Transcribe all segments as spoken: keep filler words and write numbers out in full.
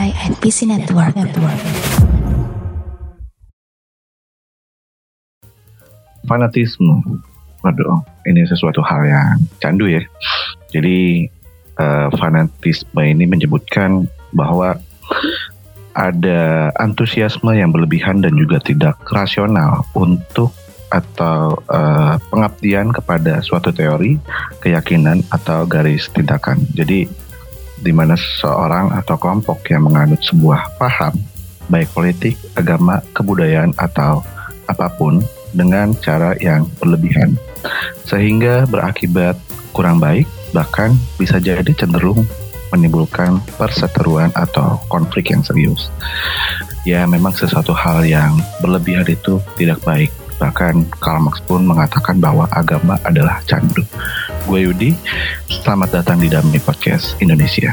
by N P C Network. Network. Fanatisme, waduh, ini sesuatu hal yang candu ya. Jadi uh, fanatisme ini menyebutkan bahwa ada antusiasme yang berlebihan dan juga tidak rasional untuk atau uh, pengabdian kepada suatu teori, keyakinan atau garis tindakan. Jadi di mana seseorang atau kelompok yang menganut sebuah paham, baik politik, agama, kebudayaan atau apapun dengan cara yang berlebihan, sehingga berakibat kurang baik, bahkan bisa jadi cenderung menimbulkan perseteruan atau konflik yang serius. Ya, memang sesuatu hal yang berlebihan itu tidak baik. Bahkan Karl Marx pun mengatakan bahwa agama adalah candu. Gue Yudi, selamat datang di Damai Podcast Indonesia.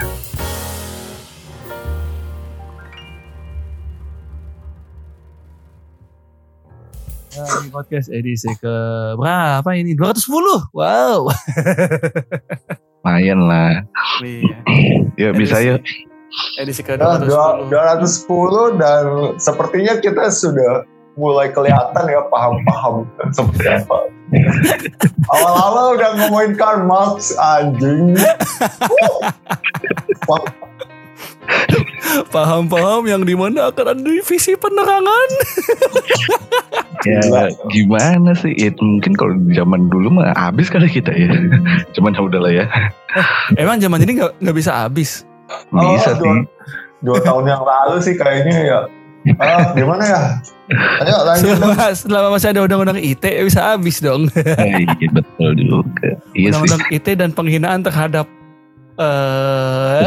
Nah, ini podcast edisi ke berapa ini? dua ratus sepuluh. Wow. Lumayan lah. Iya. Ya bisa ya. Edisi ke dua ratus sepuluh. dua ratus sepuluh dan sepertinya kita sudah mulai kelihatan ya paham-paham seperti apa. Awal-awal udah ngomongin Karl Marx, anjing. Paham-paham yang dimana akan ada divisi penerangan. Ya gimana sih? Itu mungkin kalau di zaman dulu mah habis kali kita ya. Cuman ya udahlah ya. Eh, emang zaman ini nggak nggak bisa habis? Bisa oh, sih. Dua, dua tahun yang lalu sih kayaknya ya. Ah, gimana ya? Ayo lanjut. Selama, selama masih ada undang-undang I T bisa habis dong. Eh, iya betul juga. Iya undang-undang I T dan penghinaan terhadap Uh,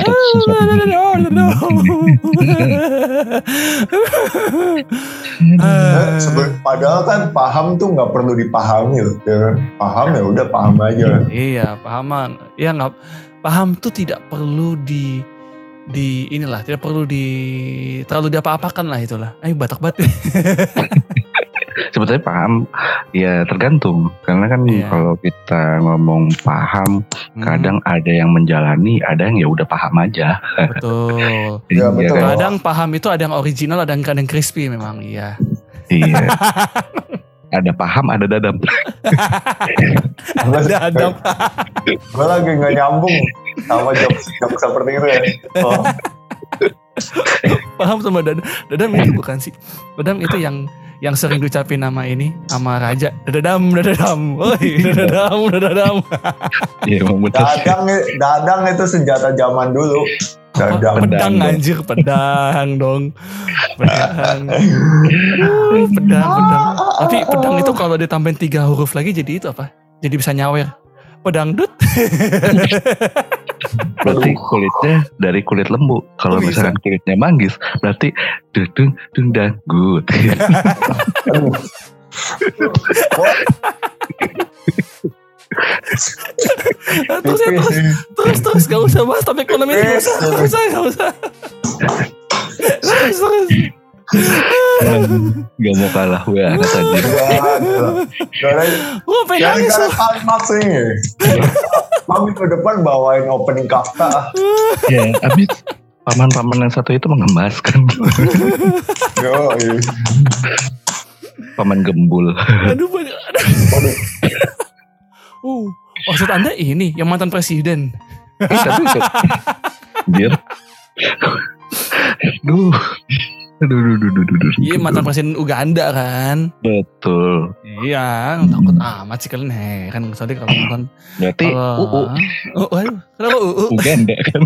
uh, padahal kan paham tuh nggak perlu dipahami loh, ya. Paham ya udah paham aja. Iya, pahaman. Ya nggak paham tuh tidak perlu di di inilah, tidak perlu di terlalu diapa-apakan lah itulah. Ayo batak-batak. Sebetulnya paham ya tergantung, karena kan iya. Kalau kita ngomong paham hmm. kadang ada yang menjalani, ada yang ya udah paham aja. Betul. Ya, betul. Kadang paham itu ada yang original, ada yang kadang crispy memang. Iya. Iya. Ada paham, ada dadam. Ada dadam. Gue lagi nggak nyambung sama jokes-jokes seperti itu ya. Oh. Paham sama dadam. Dadam itu bukan sih. Dadam itu yang yang sering diucapin nama ini sama raja. Dadam, dadam. Oi, dadam, dadam. Iya, dadang, dadang itu senjata zaman dulu. Dadang. Pedang, pedang anjir, pedang dong. Pedang. Pedang, pedang. Tapi pedang itu kalau ditambahin tiga huruf lagi jadi itu apa? Jadi bisa nyawer. Pedang dut. Berarti kulitnya dari kulit lembu. Kalau misalkan kulitnya manggis, berarti dung dung danggut. terus, ya, terus, terus, terus, gak usah bahas topik ekonomi ini, gak usah, gak usah, gak usah. Terus, terus. Gak mau kalah banget aja. Gue pengen nangis. Karl Marx ini. Kami ke depan bawain opening kafta. Ya, abis paman-paman yang satu itu mengemaskan. Yo, iya. Paman gembul. Aduh banyak. Uh, maksud Anda ini yang mantan presiden? Bisa, bisa. Biar. Duh. Aduh, aduh, aduh, aduh, aduh. Iya, mantan presiden Uganda kan? Betul. Iya, takut amat sih kalian heran soalnya kalau nonton. Berarti uh, U U. Oh, aduh, kenapa U U? Uganda kan?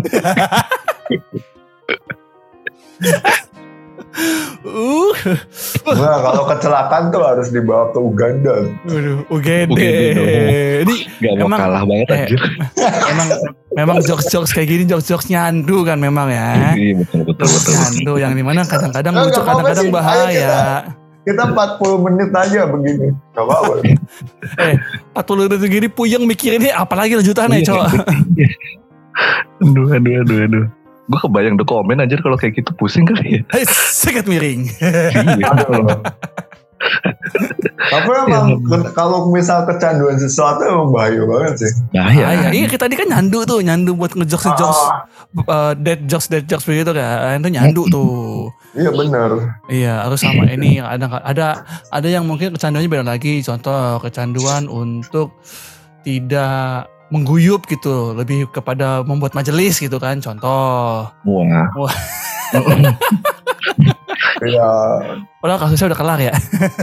Uh. Nah, kalau kecelakaan tuh harus dibawa ke Uganda. Waduh, Uganda. Ini gak mau emang, kalah banget eh, anjir. Emang memang jokes-jokes kayak gini jokes-jokes nyandu kan memang ya. Iya betul betul betul. Nyandu yang dimana kadang-kadang nah, lucu, kadang-kadang sih. bahaya. Kita, kita empat puluh menit aja begini. Gak apa-apa. eh, empat puluh menit begini puyeng mikirinnya apalagi lanjutannya, iya, cowok. Aduh, aduh, aduh, aduh. Gue kebayang dokumen aja kalau kayak gitu pusing kali ya. Hei, sakit miring. Iya, Tapi emang ke- kalau misal kecanduan sesuatu emang bahaya banget sih. Bahaya. Ah, ya. Iya kita tadi kan nyandu tuh, nyandu buat ngejokes ngejokes, Ah, uh, dead jokes dead jokes begitu kan, itu nyandu tuh. iya benar. Iya harus sama ini ada ada ada yang mungkin kecanduannya beda lagi. Contoh kecanduan untuk tidak mengguyup gitu, lebih kepada membuat majelis gitu kan. Contoh. Wah. Wah. Iya. Padahal kasusnya udah kelar ya.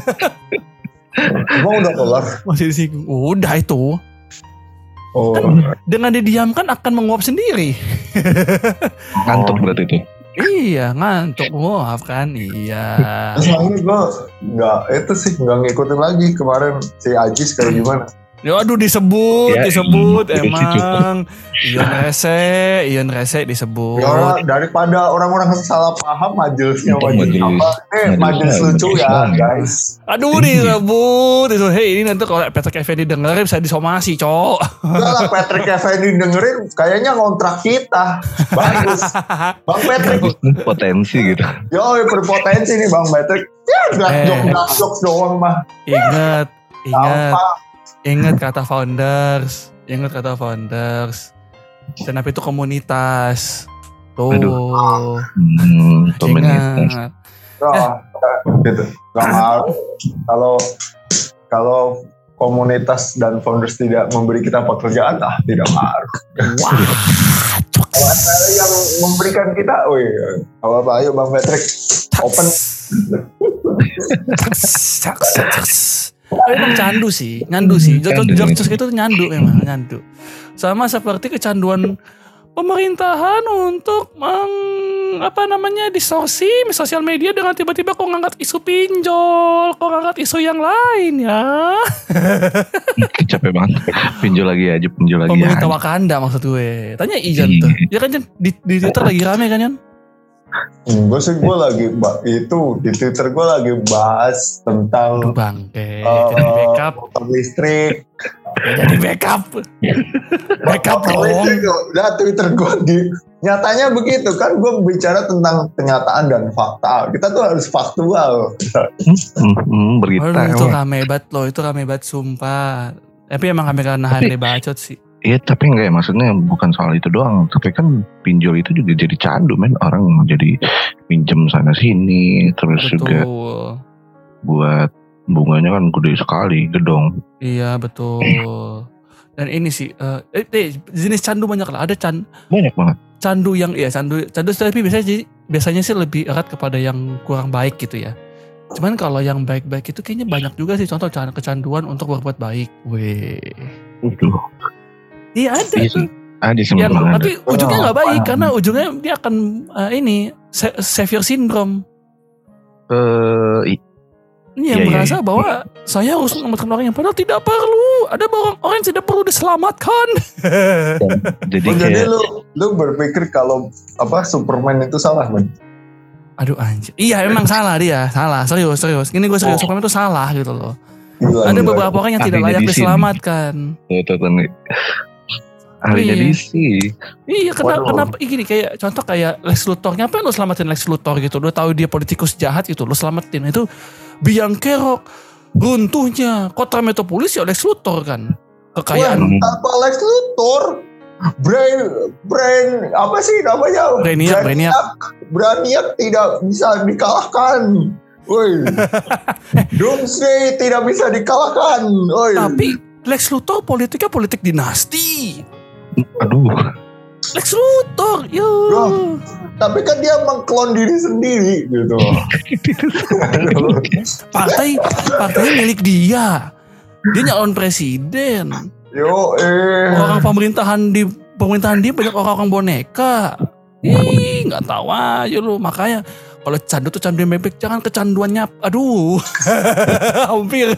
Emang udah kelar. Masih disinggung. Udah itu. Oh. Dengan didiamkan akan menguap sendiri. Ngantuk berarti itu. Iya ngantuk menguap kan. Iya. Soalnya gue nggak itu sih nggak ngikutin lagi kemarin si Ajis kayak gimana. Ya aduh disebut, Ya, disebut iya, emang. Ion Rese, Ion Rese disebut. Ya, daripada orang-orang salah paham majelisnya Untuk majelis majelis. apa? Eh Majelis majelis apa? lucu ya Majelis. guys. Aduh disebut, disebut. Hei ini nanti kalau Patrick Effendi dengerin bisa disomasi cok. Udah lah Patrick Effendi dengerin kayaknya ngontrak kita. Bagus. Bang Patrick. Potensi gitu. Yo berpotensi nih Bang Patrick. Ya Eh. gak doang mah. Ingat, ingat, Gampang. ingat kata founders, ingat kata founders. Stand up itu komunitas. Tuh, Hmm, komunitas. ingat. Ya, gitu. Gak mau. Kalau kalau komunitas dan founders tidak memberi kita pekerjaan, ah tidak ngaruh. Wah, Kalau ada yang memberikan kita, wih, apa apa, ayo Bang Patrick, open. Tapi emang candu sih, nyandu sih. Candu. Jokes itu nyandu memang, nyandu. Sama seperti kecanduan pemerintahan untuk meng, apa namanya distorsi sosial media dengan tiba-tiba kok ngangkat isu pinjol, kok ngangkat isu yang lain ya. Capek banget. Pinjol lagi aja, pinjol lagi Pemerintah aja. Wakanda maksud gue. Tanya Ijan tuh. Ya kan Jan, di, di Twitter lagi rame kan Jan? Gue sih gue lagi ba- itu di Twitter gue lagi bahas Aduh tentang bangke, eh, jadi backup, motor listrik. jadi backup, backup Motor dong. listrik, Nah Twitter gue di nyatanya begitu kan gue bicara tentang kenyataan dan fakta. Kita tuh harus faktual. Hmm, hmm, berita. Waduh, itu Wah. rame banget loh, itu rame banget sumpah. Tapi emang rame karena H R D bacot sih. Iya tapi enggak ya, maksudnya bukan soal itu doang. Tapi kan pinjol itu juga jadi candu men. Orang jadi pinjem sana sini. Terus juga Betul. buat bunganya kan gede sekali, gedong. Iya betul. Dan ini sih, eh, eh, eh, jenis candu banyak lah. Ada can, Banyak banget. candu yang, iya candu, candu tapi biasanya jadi- biasanya sih lebih erat kepada yang kurang baik gitu ya. Cuman kalau yang baik-baik itu kayaknya banyak juga sih. Contoh can- kecanduan untuk berbuat baik. Weh. Udah. Iya ada Iya tuh. sih. Ada sih Yang, memang ada. tapi ujungnya nggak baik paham. karena ujungnya dia akan eh, ini sa- savior syndrome. Eh, i- Ini Iya, yang iya, merasa iya. bahwa saya harus menyelamatkan orang yang padahal tidak perlu. Ada orang orang yang tidak perlu diselamatkan. jadi Oh, jadi kayak lu lu berpikir kalau apa Superman itu salah men? Aduh anjir. Iya memang salah dia, salah. Serius, serius. Ini gue serius, Superman itu salah gitu loh. Gila, Ada gila. beberapa orang yang tidak Ahlinya layak di sini. diselamatkan. tuh, tuh, tuh, nih. Ahlinya Iya. D C. Iya, kenapa, Waduh. kenapa gini kayak contoh kayak Lex Luthor. Ngapain lu selamatin Lex Luthor gitu? Lu tahu dia politikus jahat gitu, lu selamatin. Itu biang kerok, runtuhnya kota metropolis ya Lex Luthor kan. Kekayaan Wah, apa Lex Luthor? Brain, brain apa sih namanya? Brainiac, Brainiac. Brainiac tidak bisa dikalahkan. Woi, Doomsday tidak bisa dikalahkan. Woi, Tapi Lex Luthor politiknya politik dinasti. Aduh. Lex Luthor, yo. Bro. tapi kan dia mengklon diri sendiri gitu. Partai, partai milik dia. Dia nyalon presiden. Yo, eh. Orang pemerintahan di pemerintahan dia banyak orang-orang boneka. Ih, nggak tahu aja lu. Makanya kalau candu tuh candu yang bebek, jangan kecanduannya. Aduh, hampir.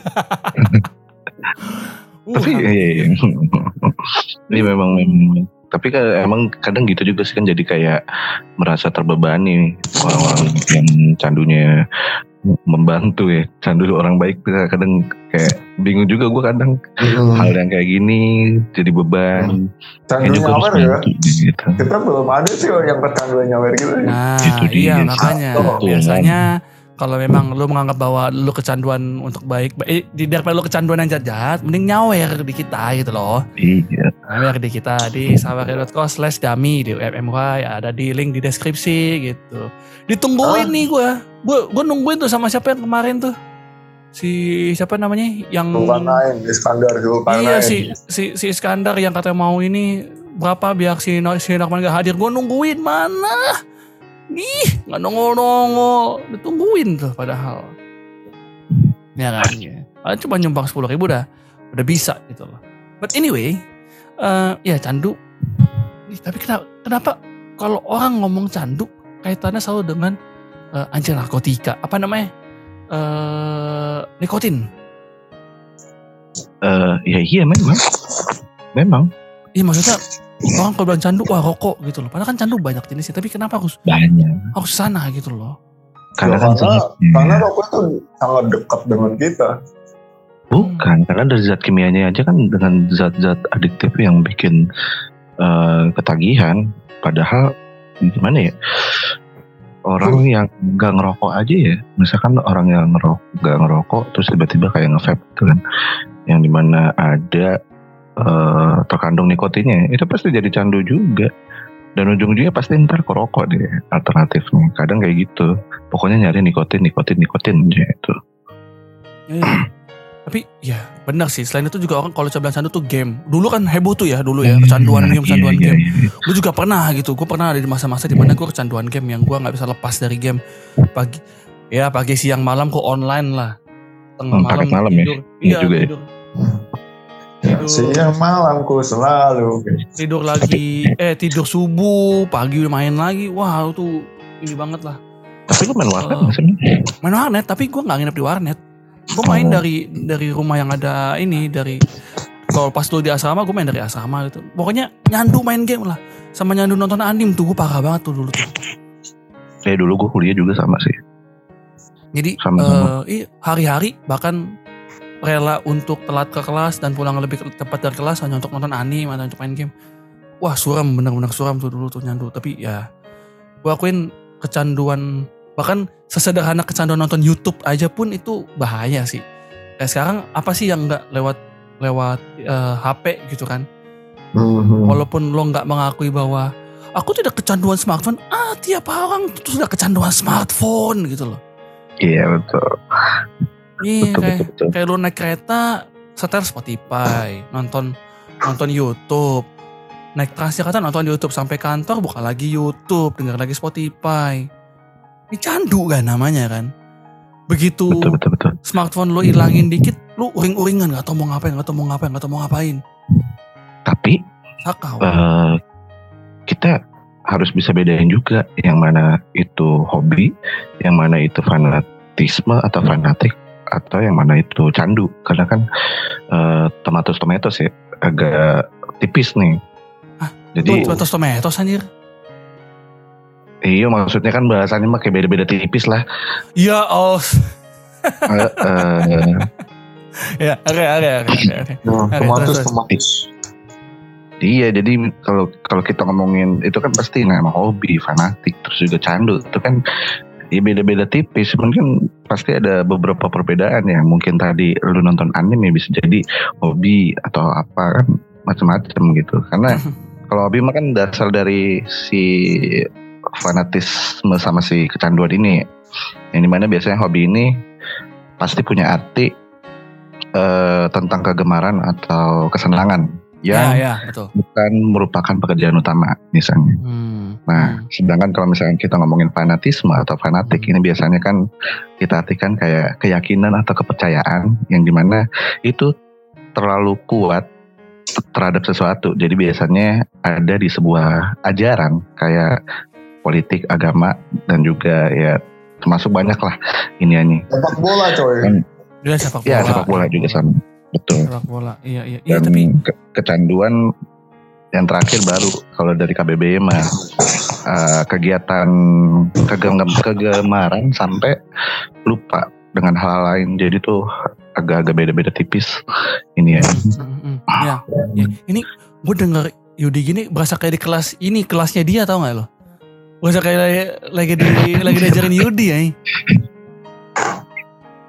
Uh, Tapi hampir. iya, iya. Ini memang, memang tapi kan emang kadang gitu juga sih kan, jadi kayak merasa terbebani orang-orang yang candunya membantu ya, candu orang baik tuh kadang kayak bingung juga gue kadang hal yang kayak gini jadi beban. Candu Kayaknya gua harus nyawer ya. bantu gitu. Kita belum ada sih yang kecanduan nyawer gitu. Nah, Itu dia. iya makanya Oh, biasanya kalau memang lu menganggap bahwa lu kecanduan untuk baik, eh, daripada lu kecanduan yang jahat-jahat, mending nyawer di kita gitu loh. Iya. Nyawer di kita di saweria dot co slash dummy di M M Y, ada di link di deskripsi gitu. Ditungguin Ah. nih gue, gue gue nungguin tuh sama siapa yang kemarin tuh, si siapa namanya yang Zulkarnain, Iskandar Zulkarnain. iya si si si Iskandar yang katanya mau ini berapa biar si si Norman gak hadir, gue nungguin mana. Ih, nggak nongol-nongol, ditungguin tuh padahal. Ya kan, ya. Ah, cuma nyumbang sepuluh ribu dah, udah bisa gitu loh. But anyway, uh, ya candu. Ih, tapi kenapa, kenapa kalau orang ngomong candu kaitannya selalu dengan uh, anjir narkotika, apa namanya, uh, nikotin. Uh, ya iya memang, memang. Iya maksudnya orang kalau bilang candu, wah rokok gitu loh. Padahal kan candu banyak jenisnya, tapi kenapa harus banyak? Harus sana gitu loh. Karena Ya, kan karena, jenisnya. karena rokok itu sangat dekat dengan kita. Bukan, karena dari zat kimianya aja kan dengan zat-zat adiktif yang bikin uh, ketagihan. Padahal gimana ya? Orang yang gak ngerokok aja ya, misalkan orang yang ngerokok, gak ngerokok terus tiba-tiba kayak nge-vape gitu kan, yang dimana ada Uh, terkandung nikotinnya, itu pasti jadi candu juga, dan ujung-ujungnya pasti ntar ke rokok deh alternatifnya. Kadang kayak gitu, pokoknya nyari nikotin, nikotin, nikotin aja itu. Ya, ya. Tapi ya benar sih, selain itu juga orang kalau coba candu tuh game. Dulu kan heboh tuh ya dulu ya, kecanduan game, kecanduan iya, game. iya, iya. Gue juga pernah gitu, gue pernah ada di masa-masa dimana gue kecanduan game yang gue gak bisa lepas dari game. Pagi, ya pagi siang malam kok online lah. Tengah Hmm, malam, paket malam tidur. ya? Iya Iya juga ya. tidur. Tidur, Siang malamku selalu. tidur lagi, eh tidur subuh, pagi udah main lagi. Wah itu ini banget lah. Tapi lu main warnet Oh. nggak sih? Main warnet, tapi gue gak nginep di warnet. Gue main Oh. dari dari rumah yang ada ini, dari kalau pas dulu di asrama gue main dari asrama gitu. Pokoknya nyandu main game lah, sama nyandu nonton anime tuh gue parah banget tuh dulu tuh. Kayak dulu gue kuliah juga sama sih. Jadi Sama-sama. eh, iya, hari-hari bahkan rela untuk telat ke kelas dan pulang lebih cepat dari kelas hanya untuk nonton anime atau untuk main game. Wah suram, bener-bener suram tuh dulu tuh nyandu. Tapi ya gue akuin kecanduan, bahkan sesederhana kecanduan nonton YouTube aja pun itu bahaya sih. Kayak sekarang apa sih yang gak lewat lewat uh, H P gitu kan. Hmm. Walaupun lo gak mengakui bahwa aku tidak kecanduan smartphone, ah tiap orang tuh sudah kecanduan smartphone gitu loh. Iya betul. Iya Betul, kayak, betul, betul. kayak lu naik kereta setel Spotify, nonton nonton YouTube, naik Transjakarta nonton YouTube, sampai kantor buka lagi YouTube, denger lagi Spotify. Ini candu kan namanya kan. Begitu Betul betul betul. smartphone lu ilangin dikit, lu uring-uringan, gak tau mau ngapain, gak tau mau ngapain, gak tau mau ngapain. Tapi Sakau. uh, kita harus bisa bedain juga yang mana itu hobi, yang mana itu fanatisme atau fanatik, atau yang mana itu candu. Karena kan uh, tomatos-tomatos ya agak tipis nih. Hah? Jadi Tuh, tomatos tomatos anjir. iya maksudnya kan bahasannya mah kayak beda-beda tipis lah. Ya oh. uh, uh, Ya oke oke oke oke. Nah, Oke, tomatis terus, terus. tomatis. Iya, jadi kalau kalau kita ngomongin itu kan pasti nama hobi, fanatik, terus juga candu. Itu kan ya beda-beda tipis. Mungkin pasti ada beberapa perbedaan ya. Mungkin tadi lu nonton anime bisa jadi hobi atau apa kan macam-macam gitu. Karena kalau hobi mah kan dasar dari si fanatisme sama si kecanduan ini. Yang dimana biasanya hobi ini pasti punya arti eh, tentang kegemaran atau kesenangan. Ya Yang ya betul. bukan merupakan pekerjaan utama misalnya. Hmm. Nah, Hmm. sedangkan kalau misalnya kita ngomongin fanatisme atau fanatik, ini biasanya kan kita artikan kayak keyakinan atau kepercayaan yang dimana itu terlalu kuat terhadap sesuatu. Jadi biasanya ada di sebuah ajaran kayak politik, agama, dan juga ya termasuk banyak lah iniannya. Sepak bola coy. Kan, Dia sepak bola. ya sepak bola juga sama. Betul. Sepak bola. Iya iya. Iya Dan tapi ke- kecanduan yang terakhir baru kalau dari K B B I mah uh, kegiatan kegem- kegemaran sampai lupa dengan hal lain, jadi tuh agak-agak beda-beda tipis ini ya. Hmm, hmm, hmm. Ya, ya. Ini gue denger Yudi gini berasa kayak di kelas ini, kelasnya dia tau gak lo? Berasa kayak lagi, lagi di lagi diajarin Yudi ya.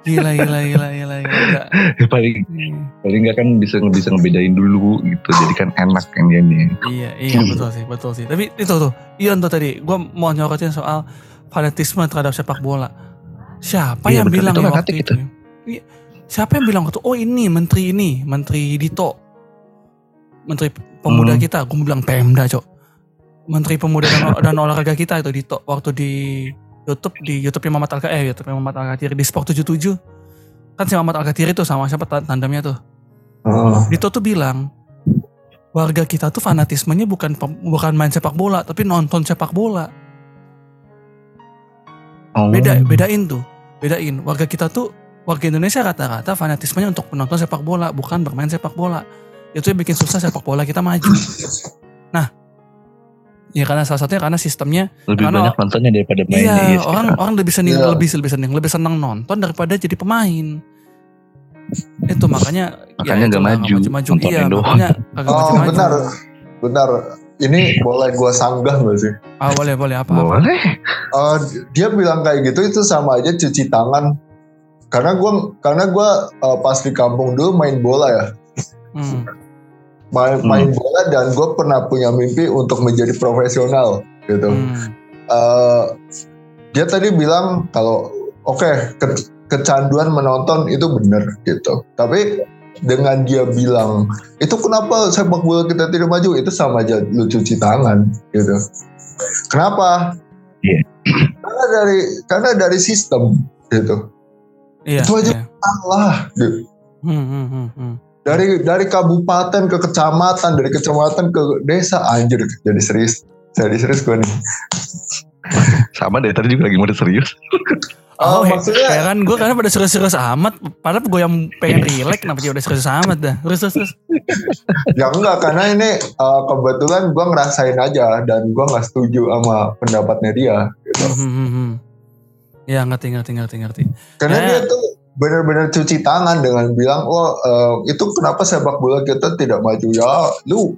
Gila, gila, gila, gila, gila. paling Hmm. paling nggak kan bisa bisa ngebedain dulu gitu. Jadi kan enak kan ini. Iya, iya betul sih, betul sih. Tapi itu tuh, Ion tuh tadi, gue mau nyorotin soal fanatisme terhadap sepak bola. Siapa Iya, yang betul, bilang itu ya fanatik waktu itu. itu? Iya. Siapa yang bilang waktu itu? Oh ini menteri ini, menteri Dito, menteri pemuda Hmm. kita. Gue bilang Pemda, cok. Menteri pemuda dan, dan olahraga kita itu Dito waktu di YouTube di YouTube Muhammad Al eh YouTube Muhammad Al Katiri di Sport tujuh puluh tujuh. Kan si Muhammad Al Katiri tuh sama siapa tandemnya tuh. Oh. Dito tuh bilang warga kita tuh fanatismenya bukan bukan main sepak bola tapi nonton sepak bola. Oh. Beda bedain tuh. Bedain warga kita tuh warga Indonesia rata-rata fanatismenya untuk menonton sepak bola bukan bermain sepak bola. Itu yang bikin susah sepak bola kita maju. Nah, ya karena salah satunya karena sistemnya Lebih karena, banyak nontonnya daripada mainnya. iya, Iya, orang orang lebih seneng Iya. lebih lebih seneng lebih senang nonton daripada jadi pemain. Itu makanya Makanya ya, nggak itulah, maju, maju-maju. nontonin Iya, doang. makanya kagak Oh maju-maju. benar, benar. Ini boleh gue sanggah gak sih? Ah, boleh boleh apa apa. Boleh. Uh, dia bilang kayak gitu itu sama aja cuci tangan. Karena gue karena gue uh, pas di kampung dulu main bola ya, Hmm. main, Hmm. main bola dan gue pernah punya mimpi untuk menjadi profesional gitu. Hmm. Uh, dia tadi bilang kalau oke okay, ke- kecanduan menonton itu benar gitu. Tapi dengan dia bilang itu kenapa sepak bola kita tidak maju, itu sama aja lu cuci tangan gitu. Kenapa? Iya. Karena dari karena dari sistem gitu. Iya. Itu aja iya. salah gitu. Hmm, hmm, hmm, hmm. Dari dari kabupaten ke kecamatan, dari kecamatan ke desa, anjir jadi serius. Jadi serius gue nih. Sama deh, tadi juga lagi mode serius. Oh, Oh, he- maksudnya- heran gue karena pada serius-serius amat. Padahal gue yang pengen relax, kenapa dia udah serius amat dah. Terus terus terus. Ya enggak, karena ini uh, kebetulan gue ngerasain aja dan gue nggak setuju sama pendapatnya dia gitu. Hmm, hmm, hmm, hmm. Ya ngerti ngerti ngerti ngerti. Karena Ya. dia tuh benar-benar cuci tangan dengan bilang, oh uh, itu kenapa sepak bola kita tidak maju ya, lu,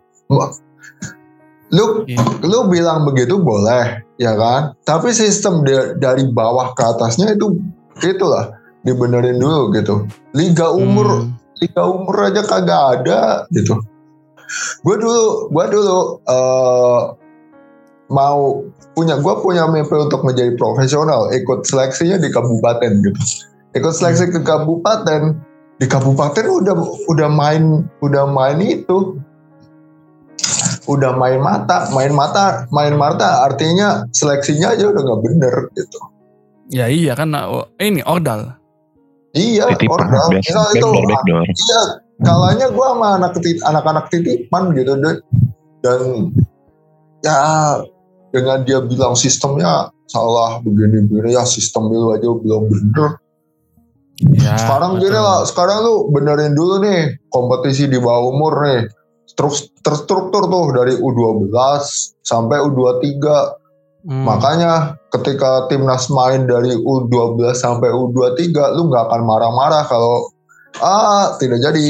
lu, Iya. lu bilang begitu boleh, ya kan? Tapi sistem de- dari bawah ke atasnya itu, itulah dibenerin dulu gitu. Liga umur, Hmm. liga umur aja kagak ada gitu. Gue dulu, gue dulu uh, mau punya, gue punya mimpi untuk menjadi profesional, ikut seleksinya di kabupaten gitu. Ikut seleksi ke kabupaten, di kabupaten udah udah main udah main itu, udah main mata, main mata, main mata artinya seleksinya aja udah nggak bener gitu. Ya iya kan oh, ini ordal. Iya, Titipan, ordal. biasa. Misal itu, Backdoor, backdoor. iya, kalanya gue sama anak titi- anak-anak titipan gitu deh. Dan ya dengan dia bilang sistemnya salah begini-begini, ya sistem dulu aja belum bener. Ya, Sekarang betul. gini lah, sekarang lu benerin dulu nih kompetisi di bawah umur nih. Terus terstruktur tuh dari U dua belas sampai U dua puluh tiga. Hmm. Makanya ketika timnas main dari U dua belas sampai U dua puluh tiga, lu nggak akan marah-marah kalau ah tidak jadi.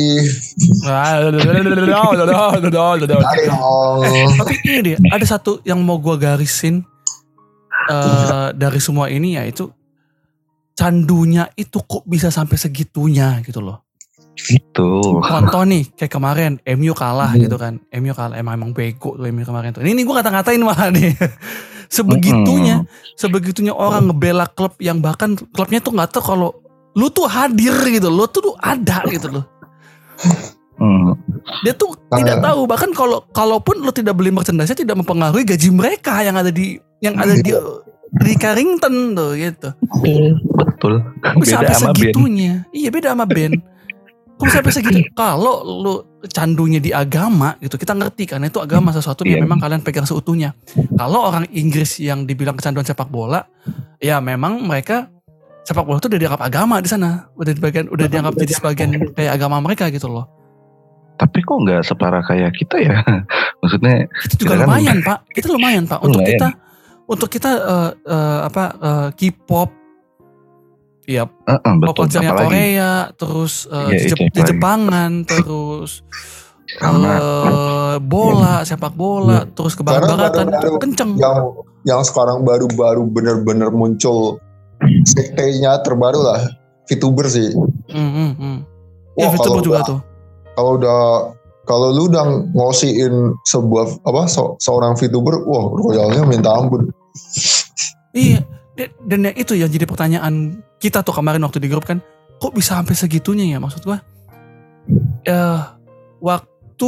Jadi dong. Tapi ini deh, ada satu yang mau gue garisin uh, dari semua ini yaitu candunya itu kok bisa sampai segitunya gitu loh. Itu. Contoh nih kayak kemarin M U kalah Hmm. gitu kan. M U kalah emang emang bego tuh M U kemarin tuh. Ini, ini gue kata-katain malah nih. Sebegitunya, sebegitunya orang ngebela klub yang bahkan klubnya tuh nggak tahu kalau lu tuh hadir gitu, lu tuh, tuh ada gitu loh. Hmm. Dia tuh Ah. tidak tahu bahkan kalau kalaupun lu tidak beli merchandise tidak mempengaruhi gaji mereka yang ada di yang ada di di Carrington tuh gitu. Betul. Bisa Beda sampai sama band. segitunya. Iya beda sama band. Kok sampai segitu? Kalau lu candunya di agama gitu, kita ngerti kan itu agama sesuatu yang Iya. memang kalian pegang seutuhnya. Kalau orang Inggris yang dibilang kecanduan sepak bola, ya memang mereka sepak bola itu udah dianggap agama di sana, udah di bagian, udah dianggap jadi sebagian kayak agama mereka gitu loh. Tapi kok nggak separah kayak kita ya? Maksudnya Itu juga Kita kan- lumayan pak, kita lumayan pak untuk Lumayan. kita untuk kita uh, uh, apa uh, K-pop, ya uh-uh, pop betul. konsernya Apalagi Korea, terus uh, Iya, di, itu Jep- di apalagi. Jepangan, terus Sama. uh, bola, sepak bola, terus ke Karena barat-baratan itu baru-baru kenceng. yang yang sekarang baru-baru bener-bener muncul sektenya terbaru lah, VTuber sih. Hmm, hmm, hmm. Wah, Ya VTuber kalau juga udah- tuh. Kalau udah kalau lu udah ngosiin sebuah apa se- seorang VTuber, wah royalnya minta ampun. Iya. Dan, dan ya itu yang jadi pertanyaan kita tuh kemarin waktu di grup kan, kok bisa sampai segitunya ya, maksud gua? Eh waktu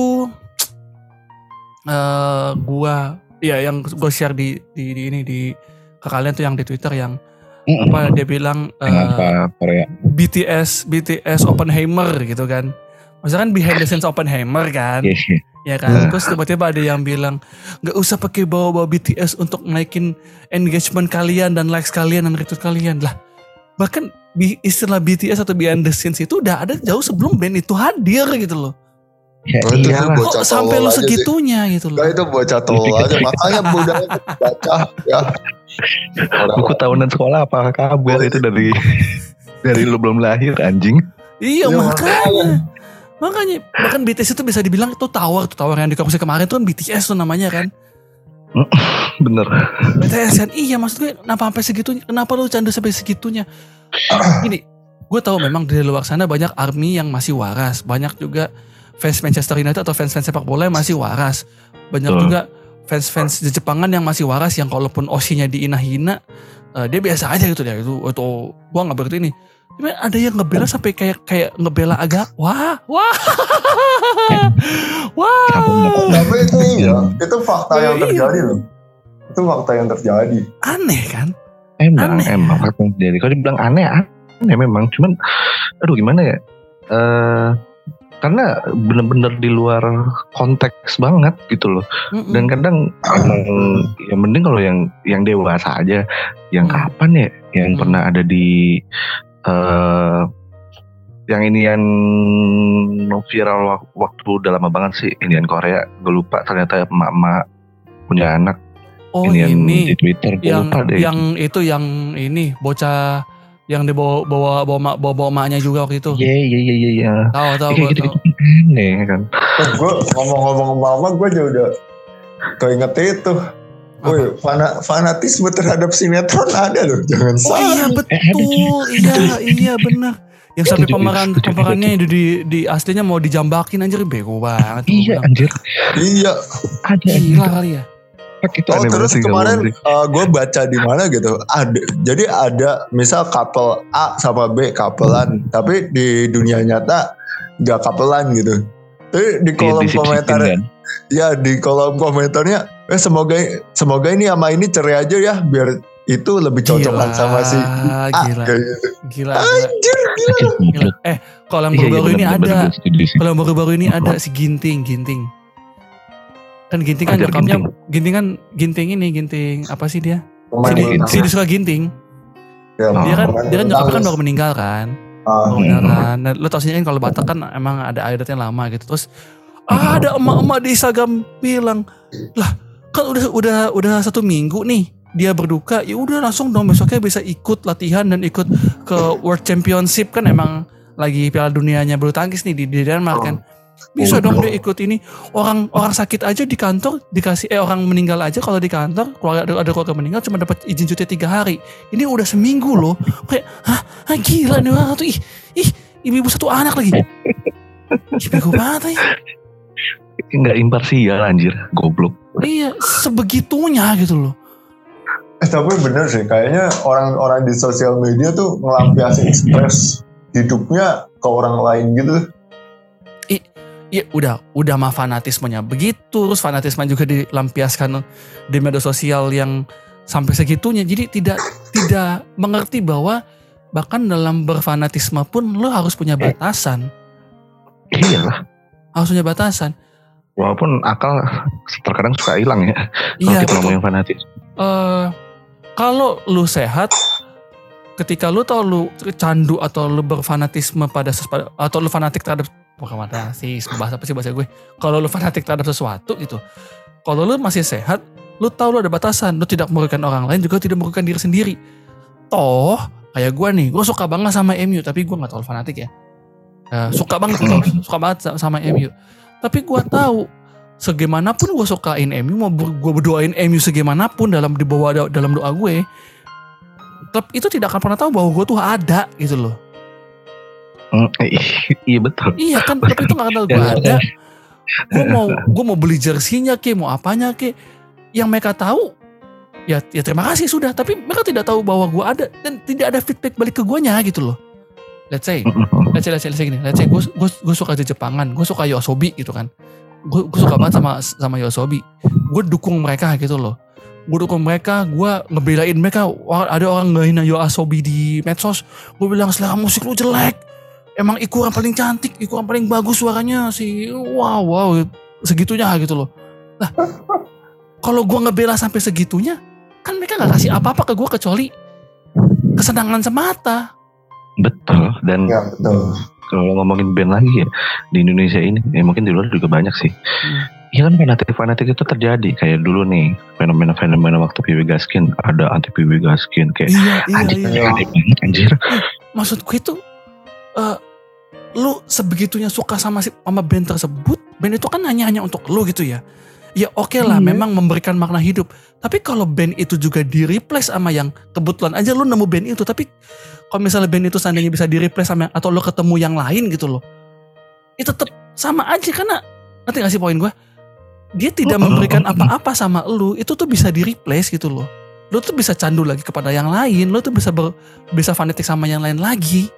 eh gua ya yang gua share di di, di ini di ke kalian tuh yang di Twitter yang apa dia bilang eh, Kenapa Korea? B T S B T S Oppenheimer gitu kan. Maksudnya kan behind the scenes Oppenheimer kan. Yes, yes. Ya kan. Terus tiba-tiba ada yang bilang nggak usah pakai bawa-bawa B T S untuk naikin engagement kalian dan likes kalian dan retweet kalian lah. Bahkan bi- istilah B T S atau behind the scenes itu udah ada jauh sebelum band itu hadir gitu loh. Ya Oh, itu iyalah. bocah Kok sampai tolol lu aja sih. segitunya gitu loh. Nah itu bocah tolol aja, makanya budaya baca ya. Buku tahunan sekolah apa kabar itu dari dari lu belum lahir anjing. Iya Iya, makanya. Makanya bahkan B T S itu bisa dibilang itu tower tuh, tower yang di korupsi kemarin tuh kan B T S tuh namanya kan. Bener. B T S kan iya maksud gue kenapa sampai segitunya, kenapa lu candu sampai segitunya. Gini, gue tahu memang di luar sana banyak army yang masih waras, banyak juga fans Manchester United atau fans-fans sepak bola yang masih waras, banyak Betul. juga fans-fans di Jepangan yang masih waras yang kalaupun Osinya dihina-hina uh, dia biasa aja gitu ya, itu itu gue nggak berarti ini. Tapi ada yang ngebela sampai kayak kayak ngebela agak wah wah wah. Tapi itu iya, itu fakta yang Iya. terjadi loh. Itu fakta yang terjadi. Aneh kan? Emang, Aneh. emang. Jadi kalau dibilang aneh, aneh memang. Cuman, aduh gimana ya? Eh, karena bener-bener di luar konteks banget gitu loh. Mm-mm. Dan kadang emang yang mending kalau yang yang dewasa aja. Yang Hmm. kapan ya? Yang Hmm. pernah ada di eh yang ini yang viral wak- waktu udah lama banget sih. Indian Korea. Gue lupa ternyata emak-emak punya anak. Oh ini yang ini di Twitter. Gue yang lupa deh. yang itu yang ini bocah yang dibawa bawa bawa mak- bawa bawa maknya juga waktu itu. Iya iya iya iya. iya. Tahu tahu Kayak gue gitu tahu. gitu aneh kan. Eh, gue ngomong-ngomong mama gue aja udah keinget itu. Woi, fana, fanatisme terhadap sinetron ada loh, jangan Oh salah. iya ada betul, iya iya benar. Yang sampai Setuju, pemeran setuju, pemerannya itu di di aslinya mau dijambakin anjir, bego banget. Iya Gua bilang. anjir. Iya. Ada Gila kali ya. itu Oh aneh terus banget sih, kemarin nggak boleh. uh, gue baca di mana gitu. Ada, jadi ada misal couple A sama B couplean, tapi di dunia nyata nggak couplean gitu. Tapi di Iya, kolom disip-sipin komentar, kan. ya di kolom komentarnya, eh semoga semoga ini sama ini cerai aja ya, biar itu lebih cocokan Gila, sama si A. gila. Kayak gitu. Gila, gila, Anjir, gila. Anjir, gila. goblok. Eh, kalau yang Iya, iya, baru-baru ini bener, bener, ada. bener, setuju sih. Kalau yang baru-baru ini ada si Ginting, Ginting. Kan Ginting kan Ajar nyokapnya, Ginting. Ginting kan Ginting ini, Ginting apa sih dia? Pemain Si, Ginting. di, si disuka Ginting. Ya, Oh. Dia kan, pemain dia kan nyokapnya kan bagus. baru meninggal kan. Ah, Baru meninggal kan. Nah, lu tau sih kan kalau Batak kan emang ada adatnya lama gitu. Terus ah, ada emak-emak di Instagram bilang, lah kan udah udah udah satu minggu nih dia berduka, ya udah langsung dong besoknya bisa ikut latihan dan ikut ke World Championship kan, emang lagi Piala Dunianya bulu tangkis nih di, di Denmark kan. Bisa Oh, dong oh. dia ikut ini. Orang orang sakit aja di kantor dikasih eh orang meninggal aja kalau di kantor keluarga ada, ada keluarga meninggal cuma dapat izin cuti tiga hari. Ini udah seminggu loh. Kayak hah, hah gila nih orang tuh ih ih ibu-ibu satu anak lagi. Ih, bego banget ya. Nggak imparsial anjir, goblok. Iya, sebegitunya gitu loh. Eh, tapi bener sih, kayaknya orang-orang di sosial media tuh ngelampiasin stres hidupnya ke orang lain gitu. Iya udah udah mah fanatismenya begitu, terus fanatisme juga dilampiaskan di media sosial yang sampai segitunya. Jadi tidak tidak mengerti bahwa bahkan dalam berfanatisme pun lo harus punya batasan, Iyalah. harus punya batasan. Walaupun akal terkadang suka hilang ya. Kalau Iya kita betul. ngomongin fanatis. Eh, kalau lu sehat, ketika lu tau lu candu atau lu berfanatisme pada sesuatu, atau lu fanatik terhadap bukan mana sih bahasa apa sih bahasa gue, kalau lu fanatik terhadap sesuatu gitu, kalau lu masih sehat, lu tahu lu ada batasan, lu tidak merugikan orang lain juga tidak merugikan diri sendiri. Toh kayak gue nih, gue suka banget sama M U tapi gue nggak terlalu fanatik ya. Eh, suka banget gitu, suka banget sama M U, tapi gue tahu segimanapun gue sukain M U, mau gue berdoain M U segimanapun dalam di bawah dalam doa gue, klub itu tidak akan pernah tahu bahwa gue tuh ada gitu loh. Mm, iya betul. Iya kan, tapi itu gak kenal gue ada. Gue mau gue mau beli jersey-nya ke, mau apanya ke, yang mereka tahu ya ya terima kasih sudah, tapi mereka tidak tahu bahwa gue ada dan tidak ada feedback balik ke guanya gitu loh. Let's say, let's say, let's say, let's say gini, let's say gue gue gue suka Jepangan, gue suka Yoasobi gitu kan, gue gue suka banget sama sama Yoasobi, gue dukung mereka gitu loh, gue dukung mereka, gue ngebelain mereka. Ada orang ngehina Yoasobi di medsos, gue bilang selera musik lu jelek. Emang Iku yang paling cantik, Iku yang paling bagus suaranya sih. Wow, wow, segitunya gitu loh. Nah, kalau gue ngebela sampai segitunya, kan mereka nggak kasih apa-apa ke gue kecuali kesenangan semata. Betul. Dan Ya betul. kalau ngomongin band lagi ya di Indonesia ini, ya mungkin di luar juga banyak sih. Iya kan fanatik-fanatik itu terjadi kayak dulu nih fenomena-fenomena waktu P W Gaskin, ada anti P W Gaskin kayak Iya, iya, anjir, iya. anjir banget anjir. Maksud gue itu, uh, lu sebegitunya suka sama si sama band tersebut, band itu kan hanya hanya untuk lu gitu ya. Ya oke okay lah, Iya. memang memberikan makna hidup. Tapi kalau band itu juga di-replace sama yang kebetulan aja lu nemu band itu, tapi kalau misalnya band itu seandainya bisa di-replace sama atau lu ketemu yang lain gitu loh, itu tetap sama aja karena ngerti gak sih poin gue? Dia tidak memberikan apa-apa sama lu, itu tuh bisa di-replace gitu loh. Lu tuh bisa candu lagi kepada yang lain, lu tuh bisa ber, bisa fanatik sama yang lain lagi.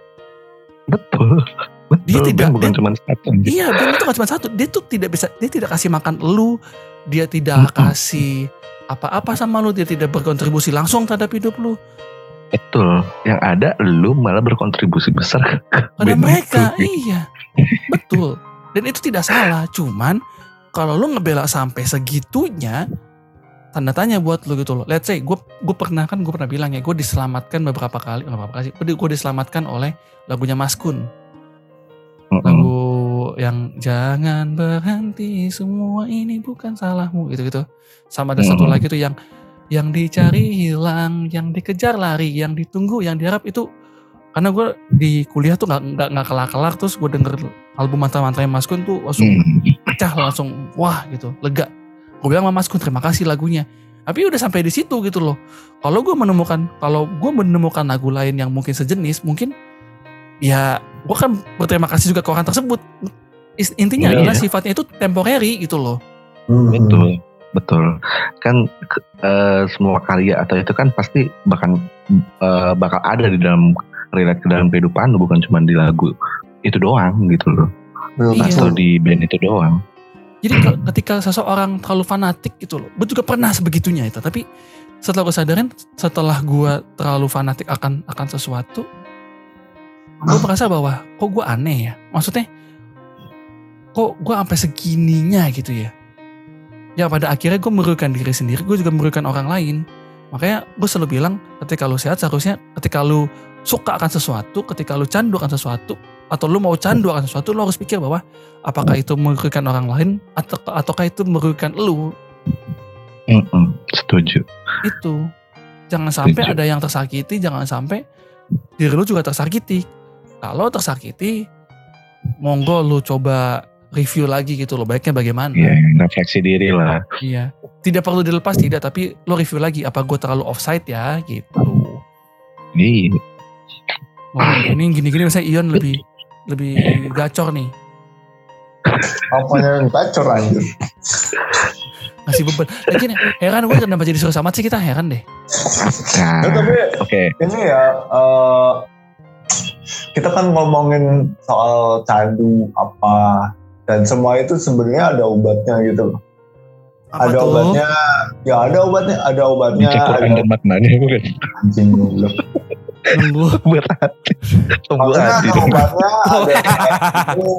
Betul. Betul. Dia tidak- Band bukan dia- cuma satu. anjir. Iya, band itu gak cuma satu. Dia tuh tidak bisa, dia tidak kasih makan lu, dia tidak kasih apa-apa sama lu, dia tidak berkontribusi langsung terhadap hidup lu. Betul. Yang ada lu malah berkontribusi besar ke Pada band mereka, itu. iya, betul. Dan itu tidak salah. Cuman kalau lu ngebela sampai segitunya, tanda tanya buat lu gitu loh. Let's say, gue gue pernah kan gue pernah bilang ya, gue diselamatkan beberapa kali, beberapa kali. Gue diselamatkan oleh lagunya Mas Kun. Mm-mm. Lagu yang jangan berhenti, semua ini bukan salahmu, gitu-gitu. Sama ada satu Hmm. lagi tuh yang yang dicari hilang, yang dikejar lari, yang ditunggu, yang diharap itu. Karena gue di kuliah tuh nggak nggak nggak kelar-kelar, terus gue denger album mantra-mantranya Mas Kun tuh langsung Hmm. pecah, langsung wah gitu, lega. Gue bilang sama Mas Kun terima kasih lagunya. Tapi udah sampai di situ gitu loh. Kalau gue menemukan kalau gue menemukan lagu lain yang mungkin sejenis, mungkin ya gue kan berterima kasih juga ke orang tersebut. Is- Intinya Iya. adalah sifatnya itu temporary gitu loh. Hmm. Betul, betul. Kan ke- eh, semua karya atau itu kan pasti bahkan eh, bakal ada di dalam relate ke dalam kehidupan lu, bukan cuma di lagu itu doang gitu loh. Betul. Iya. Atau di band itu doang. Jadi ke- ketika seseorang terlalu fanatik gitu loh, gue juga pernah sebegitunya itu. Tapi setelah gue sadarin, setelah gue terlalu fanatik akan akan sesuatu, gue merasa bahwa kok gue aneh ya. Maksudnya, kok gue sampai segininya gitu ya. Ya pada akhirnya gue merugikan diri sendiri, gue juga merugikan orang lain. Makanya gue selalu bilang, ketika lu sehat seharusnya, ketika lu suka akan sesuatu, ketika lu candu akan sesuatu, atau lu mau candu akan sesuatu, lu harus pikir bahwa apakah itu merugikan orang lain atau ataukah itu merugikan lu. Mm-mm, setuju. Itu jangan sampai Setuju. ada yang tersakiti, jangan sampai diri lu juga tersakiti. Kalau tersakiti, monggo lu coba review lagi gitu loh, baiknya bagaimana. Ya, refleksi diri lah. Iya, tidak perlu dilepas, tidak, tapi lo review lagi apa gue terlalu offside ya gitu. Iya. Wah, ini gini-gini misalnya Ion lebih lebih gacor nih, Apanya yang gacor anjir. ngasih beban. Lagi heran gue kenapa jadi suruh sama sih, kita heran deh. Nah, Ya, tapi oke. ini ya eh, kita kan ngomongin soal candu apa dan semua itu sebenarnya ada obatnya gitu loh. Apa Ada tuh? obatnya, ya ada obatnya, ada obatnya. Campuran Ada dan maknanya bukan. anjing goblok. Nunggu. Berarti. Tunggu Makanya hati ada dong. obatnya, ada itu.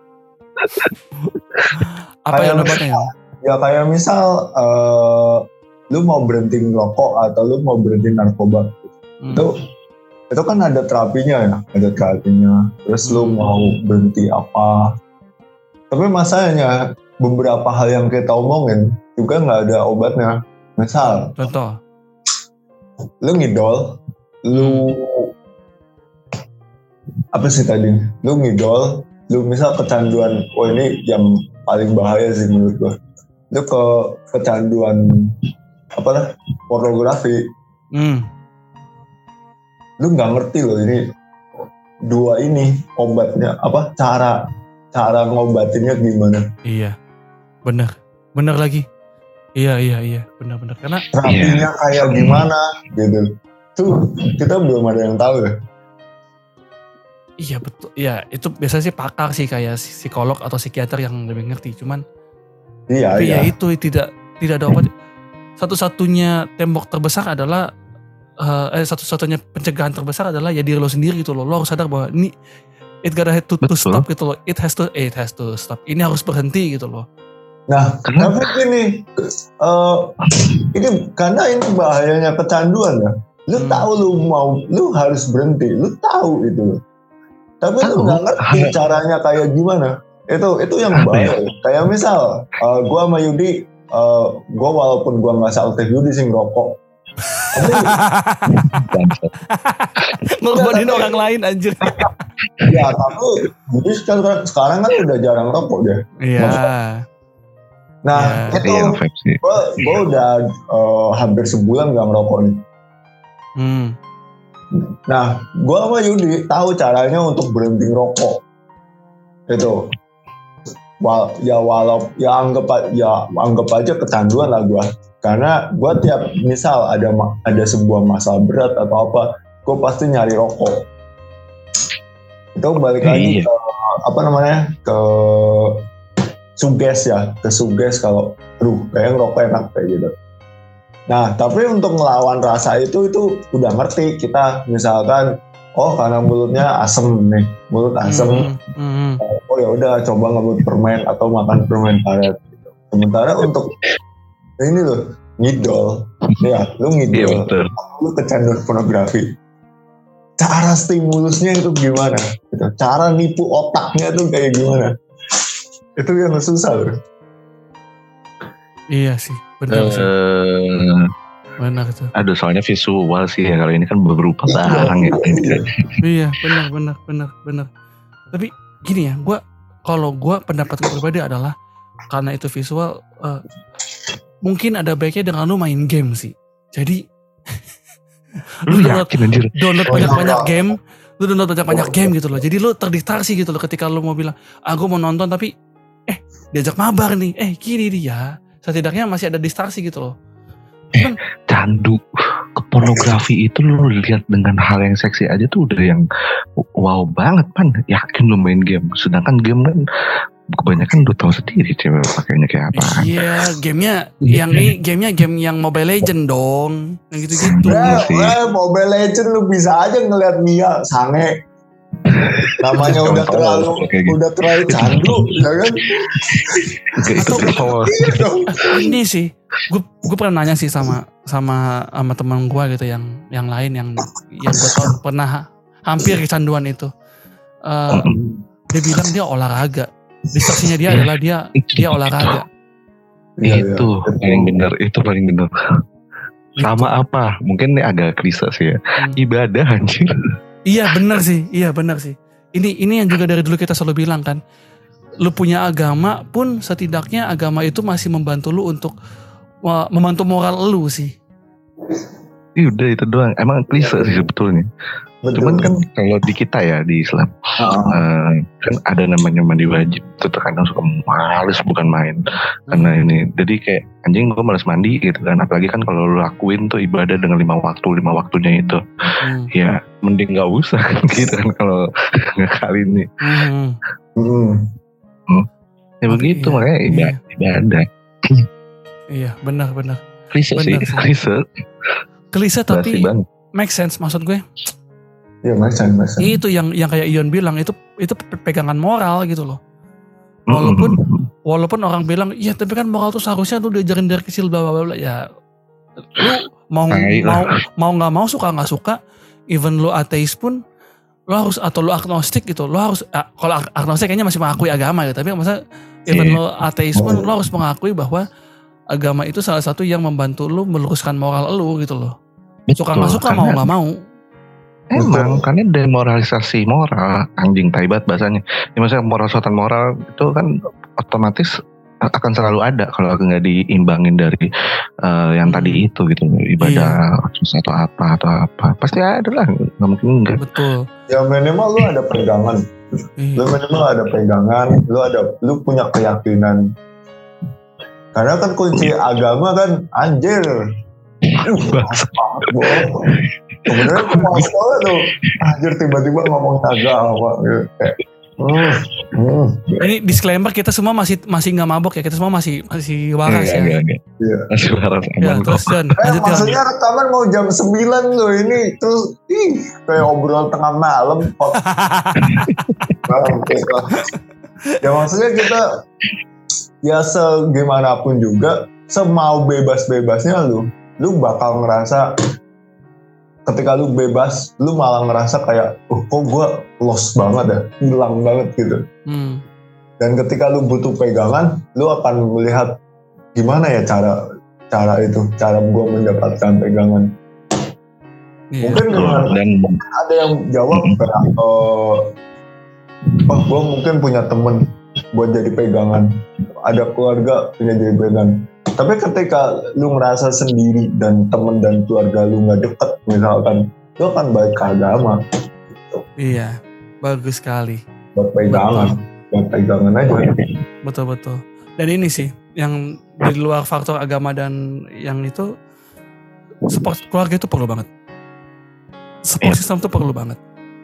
Apa yang Kayak- obatnya? Ya kayak misal eh, lu mau berhenti ngerokok atau lu mau berhenti narkoba, Hmm. itu itu kan ada terapinya ya, ada terapinya. Terus lu Hmm. mau berhenti apa? Tapi masalahnya beberapa hal yang kita omongin juga nggak ada obatnya. Misal Contoh. lu ngidol, lu apa sih tadi? Lu ngidol, lu misal kecanduan, oh ini yang paling bahaya sih menurut gua. Lu ke kecanduan apa lah, pornografi, Hmm. lu nggak ngerti loh ini dua ini obatnya apa cara cara ngobatinnya gimana? Iya, benar, benar lagi. Iya iya iya, benar-benar karena terapinya kayak gimana gitu. Tuh kita belum ada yang tahu ya. Iya betul, ya itu biasanya sih pakar sih kayak psikolog atau psikiater yang lebih ngerti. Cuman, iya, tapi iya. ya itu tidak tidak ada obat. Satu-satunya tembok terbesar adalah uh, eh satu-satunya pencegahan terbesar adalah ya diri lo sendiri gitu loh. Lo harus sadar bahwa ini it gotta have to, to stop gitu loh. It has to it has to stop. Ini harus berhenti gitu loh. Nah, tapi gini, uh, ini karena ini bahayanya kecanduan ya. Lu hmm. tahu lu mau, lu harus berhenti. Lu tahu itu loh. Tapi lu nggak ngerti caranya kayak gimana. Itu itu yang bahaya. Ya? Kayak misal, uh, gua sama Yudi, uh, gua walaupun gua nggak seaktif Yudi sih ngerokok. Ngorbanin orang lain anjir. Ya tapi Yudi sekarang, sekarang kan udah jarang rokok deh. Iya. Nah ya, itu gue gue udah uh, hampir sebulan gak ngerokok nih. Hmm. Nah gue sama Yudi tahu caranya untuk berhenti ngerokok. Itu, Wal, ya walau ya anggap ya anggap aja kecanduan lah gue. Karena gue tiap misal ada ada sebuah masalah berat atau apa, gue pasti nyari rokok. Itu balik lagi ke apa namanya ke suges ya, ke suges kalau aduh kayak ngerokok enak kayak gitu. Nah tapi untuk ngelawan rasa itu itu udah ngerti kita, misalkan oh karena mulutnya asem nih, mulut asem, mm-hmm. oh ya udah coba ngebut permen atau makan permen karet gitu. Sementara untuk ini loh ngidol, ya lu ngidol, yeah, lu kecanduan pornografi, cara stimulusnya itu gimana? Gitu. Cara nipu otaknya tuh kayak gimana? Itu yang susah loh. Iya sih, benar uh, sih. Benar tuh. Aduh, soalnya visual sih ya, kalau ini kan berupa barang ya. Iya, benar, benar, benar, benar. Tapi gini ya, gue kalau gue pendapat gue pribadi adalah karena itu visual, uh, mungkin ada baiknya dengan lu main game sih. Jadi lu download, download banyak-banyak game, lu download banyak-banyak game gitu loh. Jadi lu terdistraksi gitu loh ketika lu mau bilang, ah gue mau nonton tapi eh diajak mabar nih, eh gini dia. Setidaknya masih ada distraksi gitu loh. Eh, candu ke pornografi itu lu lihat dengan hal yang seksi aja tuh udah yang wow banget pan. Yakin lu main game, sedangkan game kan kebanyakan udah tahu sendiri cewek pakainya kayak apa. Iya, gamenya yang ini gamenya game yang Mobile Legend dong, yang gitu-gitu. Eh, eh, Mobile Legend lu bisa aja ngeliat Mia sange. Namanya udah terlalu udah terlalu candu, ya kan? Atau ini sih, gue gue pernah nanya sih sama sama sama teman gue gitu yang yang lain yang yang gue tau pernah hampir kecanduan itu. Uh, dia bilang dia olahraga. Distraksinya dia adalah dia dia olahraga. Itu paling benar, itu paling benar. Sama apa? Mungkin ini agak klise sih ya. Hmm. Ibadah anjir. Iya benar sih, iya benar sih. Ini ini yang juga dari dulu kita selalu bilang kan. Lu punya agama pun setidaknya agama itu masih membantu lu untuk uh, membantu moral lu sih. Iya udah itu doang. Emang klise sih sebetulnya. Betul. Cuman kan kalau di kita ya di Islam uh-huh. uh, kan ada namanya mandi wajib. Itu terkadang suka males bukan main hmm. karena ini. Jadi kayak anjing gue males mandi gitu kan. Apalagi kan kalau lu lakuin tuh ibadah dengan lima waktu lima waktunya itu hmm. ya mending nggak usah gitu kan kalau ngakalin nih. Hmm. Hmm. Hmm. Ya begitu iya, makanya ibadah. Iya. ibadah. Iya benar-benar. Klise sih, klise. Klise tapi make sense maksud gue. Iya, make sense, make sense. Itu yang yang kayak Ion bilang itu itu pegangan moral gitu loh. Walaupun mm-hmm. walaupun orang bilang, "Iya, tapi kan moral tuh seharusnya tuh diajarin dari kecil bla bla bla." Ya lu mau mau mau enggak mau suka enggak suka, even lu ateis pun lu harus atau lu agnostik gitu, lu harus ah, kalau agnostik kayaknya masih mengakui agama ya, tapi masa even yeah. lu ateis pun lu harus mengakui bahwa agama itu salah satu yang membantu lu meluruskan moral lu gitu loh. Suka enggak suka mau enggak mau. Emang karena demoralisasi moral, anjing taibat bahasanya. Ya, maksudnya moral suatan moral itu kan otomatis akan selalu ada kalau nggak diimbangin dari uh, yang tadi itu gitu, ibadah iya. atau apa atau apa pasti pasti ada lah, nggak mungkin enggak. Betul. Ya minimal lu ada pegangan. Iya. Lu minimal ada pegangan, lu ada lu punya keyakinan. Karena kan kunci agama kan anjir. Sebenarnya aku mau sekolah tuh, anjir tiba-tiba ngomong agama gitu. Kayak, hmm, hmm. Ini disclaimer kita semua masih masih nggak mabok ya, kita semua masih masih waras ya. Enggak, enggak. Iya. Masih waras Ya aman terus kok. John, Eh, lanjut John. maksudnya rekaman mau jam sembilan loh ini, terus ih kayak obrolan tengah malam. Ya maksudnya kita ya segimanapun juga, semau bebas-bebasnya lu, lu bakal ngerasa ketika lu bebas, lu malah ngerasa kayak, oh kok gue lost banget ya, hilang banget gitu. Hmm. Dan ketika lu butuh pegangan, lu akan melihat gimana ya cara cara itu, cara gue mendapatkan pegangan. Iya. Mungkin dengan Dan ada yang jawab kayak, oh, oh gue mungkin punya temen buat jadi pegangan, ada keluarga punya jadi pegangan. Tapi ketika lu merasa sendiri dan temen dan keluarga lu nggak deket misalkan, lu akan balik ke agama. Iya, bagus sekali. Buat pegangan, buat pegangan aja. Betul betul. Dan ini sih yang di luar faktor agama dan yang itu, support keluarga itu perlu banget. Support Iya. system itu perlu banget.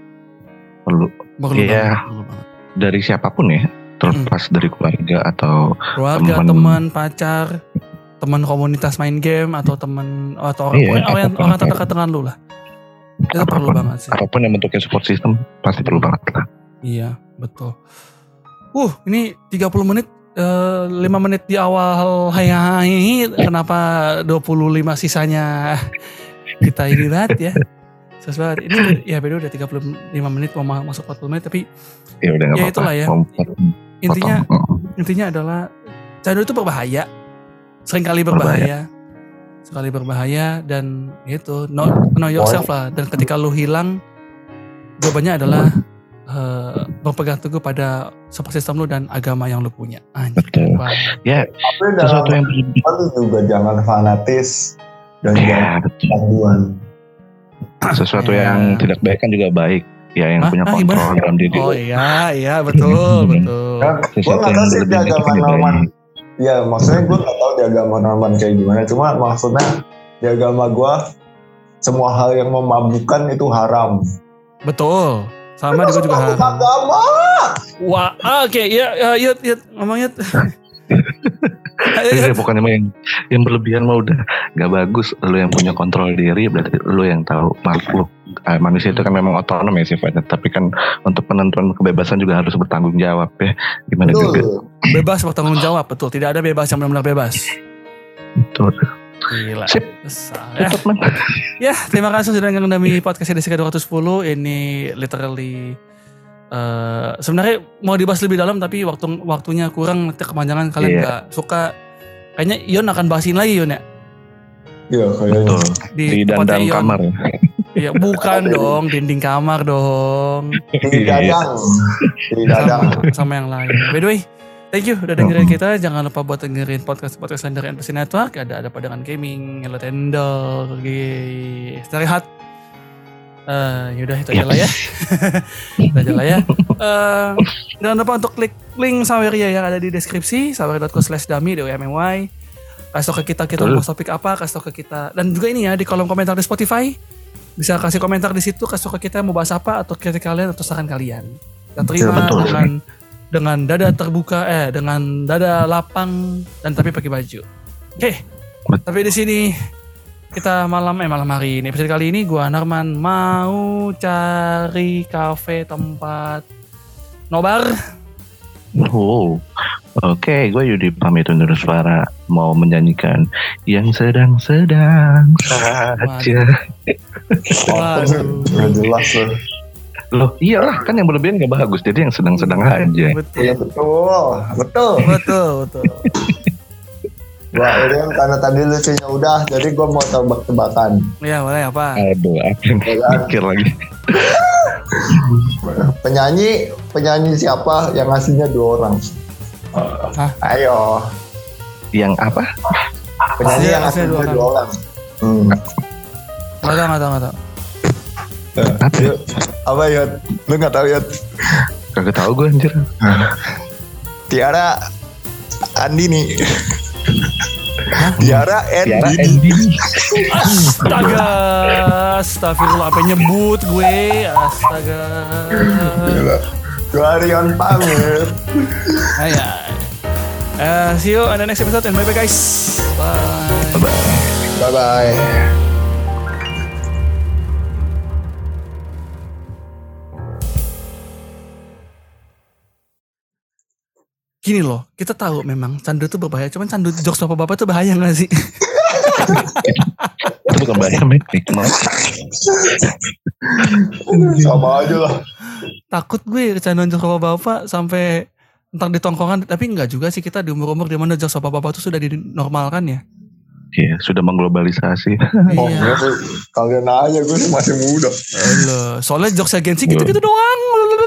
perlu Perlu Iya. banget. Perlu banget. dari siapapun ya, terlepas dari keluarga atau Keluarga, Teman. teman, pacar, teman komunitas main game atau teman atau Iya, pokoknya orang, apapun. orang terdekat dengan lu lah. Itu perlu apapun, banget sih. apapun yang bentuknya support system pasti perlu banget lah. Iya, betul. Uh, ini tiga puluh menit, eh, lima menit di awal hai hai, kenapa dua puluh lima sisanya kita ini banget ya. Sus banget. Ini ya beda udah tiga puluh lima menit mau ma- masuk empat puluh menit, tapi Ya udah nggak Ya, apa-apa. itulah ya. Mau potong, intinya potong. intinya adalah candu itu berbahaya. Seringkali berbahaya. Sekali berbahaya dan itu know, know yourself lah. Dan ketika lu hilang, jawabannya adalah eh, berpegang teguh pada support system lu dan agama yang lu punya. Anjir. Betul. Wah. Ya, Tapi sesuatu dalam yang berlebih. lu juga jangan fanatis dan jangan Ya, betul. kecanduan. Sesuatu Ya. yang tidak baik kan juga baik. Ya, yang Hah? punya Ah, kontrol gimana? dalam diri. Oh iya, iya betul, betul. Kan gue Sesuatu nggak yang tahu sih di berlebih itu agama tidak Norman. baik. Ya maksudnya gue nggak tahu di agama Norman kayak gimana. Cuma maksudnya di agama gue semua hal yang memabukkan itu haram. Betul. Sama di gua juga Mabuk haram. agama. Wah, ah, oke, ya, ya, yut, yut, ngomong yut. Ayo, Iya, Yut. pokoknya mah yang yang berlebihan mah udah nggak bagus. Lu yang punya kontrol diri, berarti lu yang tahu. Makhluk eh, manusia itu kan memang otonom ya sifatnya. Tapi kan untuk penentuan kebebasan juga harus bertanggung jawab ya. Gimana juga? Betul. Bebas bertanggung jawab, betul. Tidak ada bebas yang benar-benar bebas. Betul. Gila. Sip. Besar. Ya, Tutup, man. ya, terima kasih sudah ngundang podcast edisi ke dua ratus sepuluh. Ini literally eh, sebenarnya mau dibahas lebih dalam tapi waktu waktunya kurang, nanti kepanjangan kalian Iya. nggak suka. Kayaknya Ion akan bahasin lagi Ion ya Iya kayaknya. Betul. di, Di tempatnya dandang Ion. kamar ya. Iya, bukan dong, dinding kamar dong. Di dadang. Di dadang. Sama, sama yang lain. By the way, thank you udah dengerin kita. Jangan lupa buat dengerin podcast-podcast lain dari N P C Network. Ada ada Padangan Gaming, Hello Tendel, Istirahat. Eh, yaudah itu aja lah ya. Itu aja lah ya. Eh, jangan lupa untuk klik link Saweria yang ada di deskripsi, saweria dot co slash dummy, D W M M Y. Kasih tau ke kita kita mau bahas topik apa, kasih tau ke kita. Dan juga ini ya di kolom komentar di Spotify. Bisa kasih komentar di situ, kasih tau ke kita mau bahas apa atau kritik kalian atau saran kalian. Kita terima Betul. dengan dengan dada terbuka, eh dengan dada lapang dan tapi pakai baju. Oke. Tapi di sini kita malam eh malam hari ini episode kali ini gua Narman mau cari kafe tempat nobar. Oh, oke, gue Yudi pamit undur suara mau menyanyikan yang sedang-sedang saja. Waduh. Gak jelas loh. Loh, iyalah kan yang berlebihan gak bagus, jadi yang sedang-sedang aja. Betul. Iya betul. Betul. Betul, betul. Wah ini kan karena tadi lucunya udah, jadi gue mau tebak-tebakan. Ya, boleh apa? Aduh, apa yang mikir lagi? Penyanyi, penyanyi siapa yang aslinya dua orang? Hah? Ayo, Yang apa? penyanyi Aslinya- yang aslinya aslinya dua dua orang. Hmm. Enggak tahu, enggak tahu, enggak tahu. Apa ya? Apa ya? Lu nggak tahu ya? Kagak tahu gue anjir. Tiara Andini. Tiara Tiara Andini. Astaga, astagfirullah, apa nyebut gue, astaga. Gue Arion pamit. Ayo. Uh, see you on the next episode and bye bye guys. Bye. Bye. Bye bye. Gini loh, kita tahu memang candu itu berbahaya. Cuman candu jokes bapak-bapak itu bahaya gak sih? Itu bukan bahaya, men. Nikmat. Sama aja lah. Takut gue kecanduan jokes bapak-bapak sampai entar di tongkongan. Tapi enggak juga sih, kita di umur-umur dimana jokes bapak-bapak itu sudah dinormalkan ya. Iya, sudah mengglobalisasi. Oh, Iya. kalian aja, gue masih muda. Alah, soalnya jokes agensi gitu-gitu doang.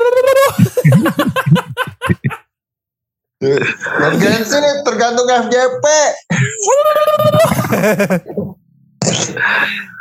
Agensi nih tergantung F J P.